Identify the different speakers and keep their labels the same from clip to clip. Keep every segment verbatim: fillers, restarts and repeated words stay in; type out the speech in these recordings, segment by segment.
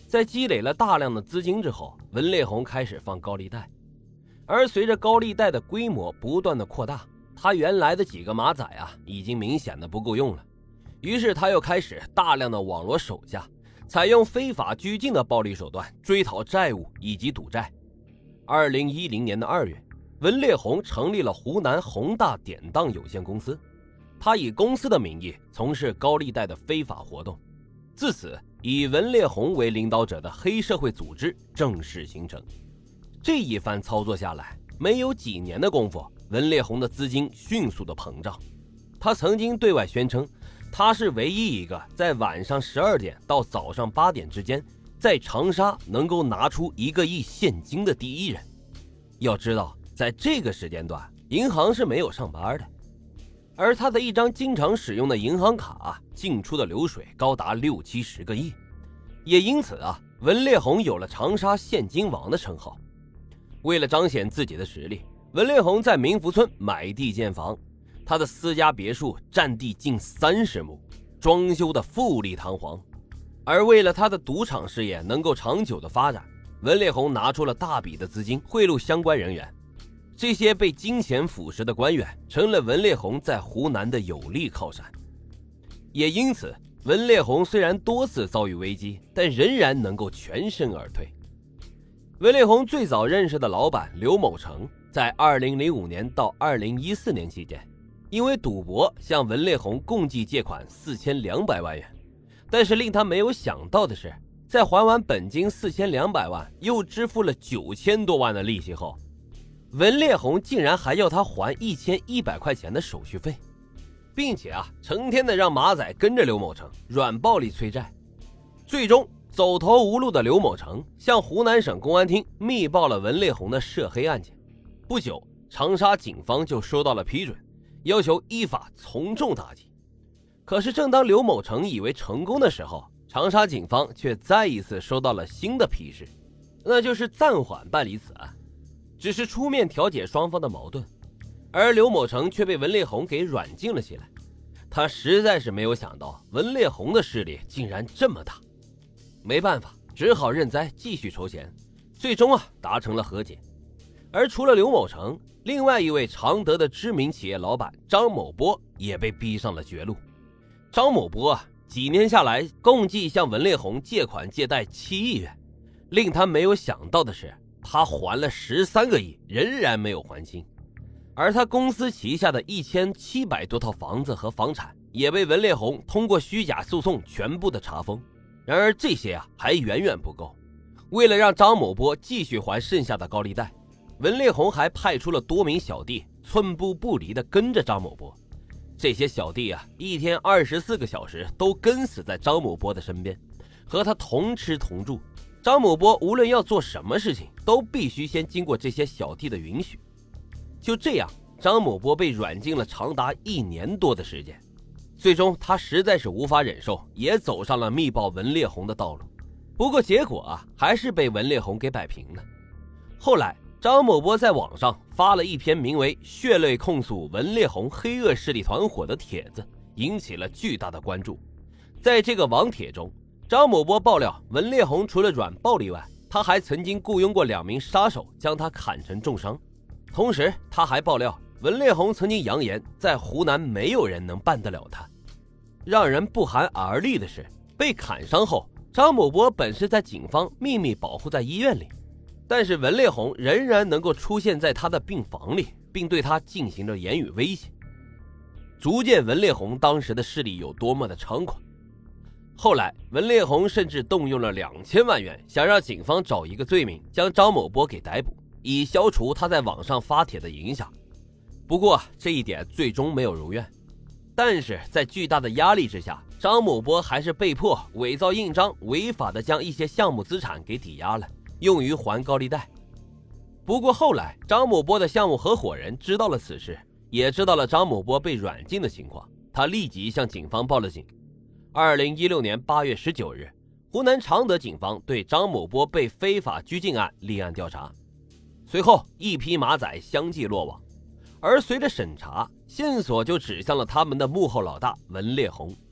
Speaker 1: 在积累了大量的资金之后，文烈红开始放高利贷，而随着高利贷的规模不断的扩大，他原来的几个马仔啊，已经明显的不够用了。于是他又开始大量的网罗手下，采用非法拘禁的暴力手段追讨债务以及赌债。二零一零年的二月，文烈红成立了湖南宏大典当有限公司，他以公司的名义从事高利贷的非法活动。自此，以文烈红为领导者的黑社会组织正式形成。这一番操作下来，没有几年的功夫，文烈红的资金迅速的膨胀。他曾经对外宣称，他是唯一一个在晚上十二点到早上八点之间，在长沙能够拿出一个亿现金的第一人。要知道，在这个时间段，银行是没有上班的。而他的一张经常使用的银行卡啊，进出的流水高达六七十个亿，也因此啊，文烈红有了长沙现金王的称号。为了彰显自己的实力，文烈红在民福村买地建房，他的私家别墅占地近三十亩，装修的富丽堂皇。而为了他的赌场事业能够长久的发展，文烈红拿出了大笔的资金贿赂相关人员。这些被金钱腐蚀的官员成了文烈红在湖南的有力靠山。也因此，文烈红虽然多次遭遇危机，但仍然能够全身而退。文烈红最早认识的老板刘某成，在二零零五年到二零一四年期间，因为赌博向文烈红共计借款四千两百万元。但是令他没有想到的是，在还完本金四千两百万，又支付了九千多万的利息后，文烈红竟然还要他还一千一百块钱的手续费，并且啊，成天的让马仔跟着刘某成软暴力催债。最终走投无路的刘某成向湖南省公安厅密报了文烈红的涉黑案件。不久，长沙警方就收到了批准，要求依法从重打击。可是正当刘某成以为成功的时候，长沙警方却再一次收到了新的批示，那就是暂缓办理此案，只是出面调解双方的矛盾。而刘某成却被文烈红给软禁了起来。他实在是没有想到文烈红的势力竟然这么大，没办法，只好认栽继续筹钱，最终啊达成了和解。而除了刘某成，另外一位常德的知名企业老板张某波也被逼上了绝路。张某波啊，几年下来共计向文烈红借款借贷七亿元，令他没有想到的是，他还了十三个亿，仍然没有还清。而他公司旗下的一千七百多套房子和房产也被文烈红通过虚假诉讼全部的查封。然而这些啊还远远不够，为了让张某波继续还剩下的高利贷，文烈红还派出了多名小弟寸步不离地跟着张某波。这些小弟啊，一天二十四个小时都跟死在张某波的身边，和他同吃同住。张某波无论要做什么事情，都必须先经过这些小弟的允许。就这样，张某波被软禁了长达一年多的时间。最终他实在是无法忍受，也走上了密报文烈红的道路。不过结果啊，还是被文烈红给摆平了。后来张某波在网上发了一篇名为《血泪控诉文烈红黑恶势力团伙》的帖子，引起了巨大的关注。在这个网帖中，张某波爆料文烈红除了软暴力外，他还曾经雇佣过两名杀手将他砍成重伤。同时他还爆料文烈红曾经扬言在湖南没有人能办得了他。让人不寒而栗的是，被砍伤后，张某波本是在警方秘密保护在医院里，但是文烈红仍然能够出现在他的病房里，并对他进行着言语威胁，足见文烈红当时的势力有多么的猖狂。后来文烈红甚至动用了两千万元，想让警方找一个罪名将张某波给逮捕，以消除他在网上发帖的影响。不过这一点最终没有如愿，但是在巨大的压力之下，张某波还是被迫伪造印章，违法的将一些项目资产给抵押了，用于还高利贷。不过后来张某波的项目合伙人知道了此事，也知道了张某波被软禁的情况，他立即向警方报了警。二零一六年八月十九日，湖南常德警方对张某波被非法拘禁案立案调查，随后一批马仔相继落网。而随着审查，线索就指向了他们的幕后老大文烈红。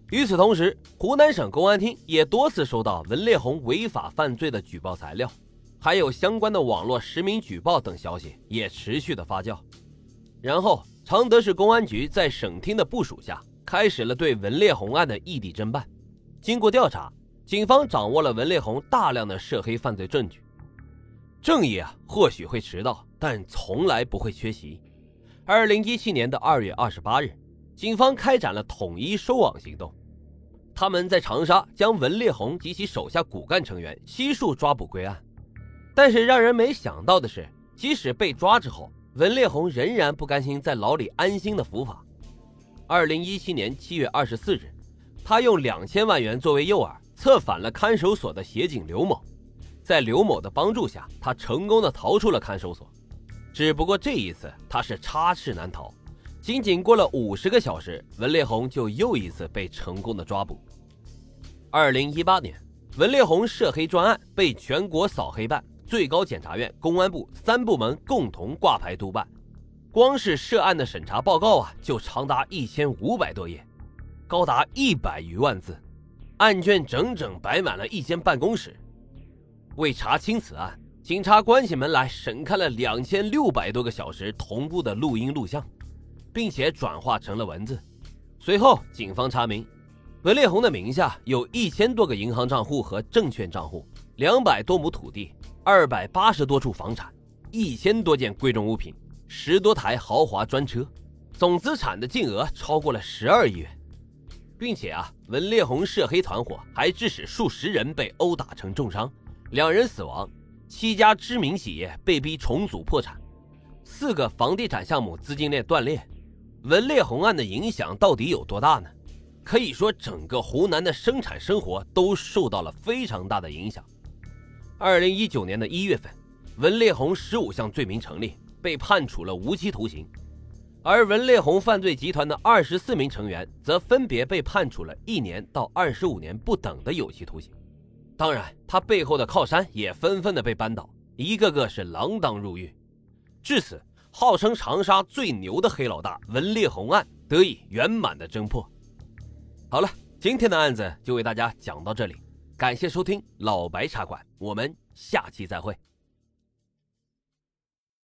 Speaker 1: 与此同时，湖南省公安厅也多次收到文烈红违法犯罪的举报材料，还有相关的网络实名举报等消息也持续的发酵。然后常德市公安局在省厅的部署下，开始了对文烈红案的异地侦办。经过调查，警方掌握了文烈红大量的涉黑犯罪证据。正义啊，或许会迟到，但从来不会缺席。二零一七年的二月二十八日，警方开展了统一收网行动。他们在长沙将文烈红及其手下骨干成员悉数抓捕归案。但是让人没想到的是，即使被抓之后，文烈红仍然不甘心在牢里安心的伏法。二零一七年七月二十四日，他用两千万元作为诱饵，策反了看守所的协警刘某。在刘某的帮助下，他成功的逃出了看守所。只不过这一次他是插翅难逃，仅仅过了五十个小时，文烈红就又一次被成功的抓捕。二零一八年，文烈红涉黑专案被全国扫黑办、最高检察院、公安部三部门共同挂牌督办。光是涉案的审查报告啊，就长达一千五百多页，高达一百余万字，案卷整整摆满了一间办公室。为查清此案，警察关起门来审看了两千六百多个小时同步的录音录像，并且转化成了文字。随后警方查明，文烈红的名下有一千多个银行账户和证券账户，两百多亩土地，二百八十多处房产，一千多件贵重物品，十多台豪华专车，总资产的净额超过了十二亿元。并且啊，文烈红涉黑团伙还致使数十人被殴打成重伤，两人死亡，七家知名企业被逼重组破产，四个房地产项目资金链断裂。文烈红案的影响到底有多大呢？可以说整个湖南的生产生活都受到了非常大的影响。二零一九年的一月份，文烈红十五项罪名成立，被判处了无期徒刑。而文烈红犯罪集团的二十四名成员则分别被判处了一年到二十五年不等的有期徒刑。当然，他背后的靠山也纷纷的被扳倒，一个个是锒铛入狱。至此，号称长沙最牛的黑老大文烈红案得以圆满的侦破。好了，今天的案子就为大家讲到这里，感谢收听老白茶馆，我们下期再会。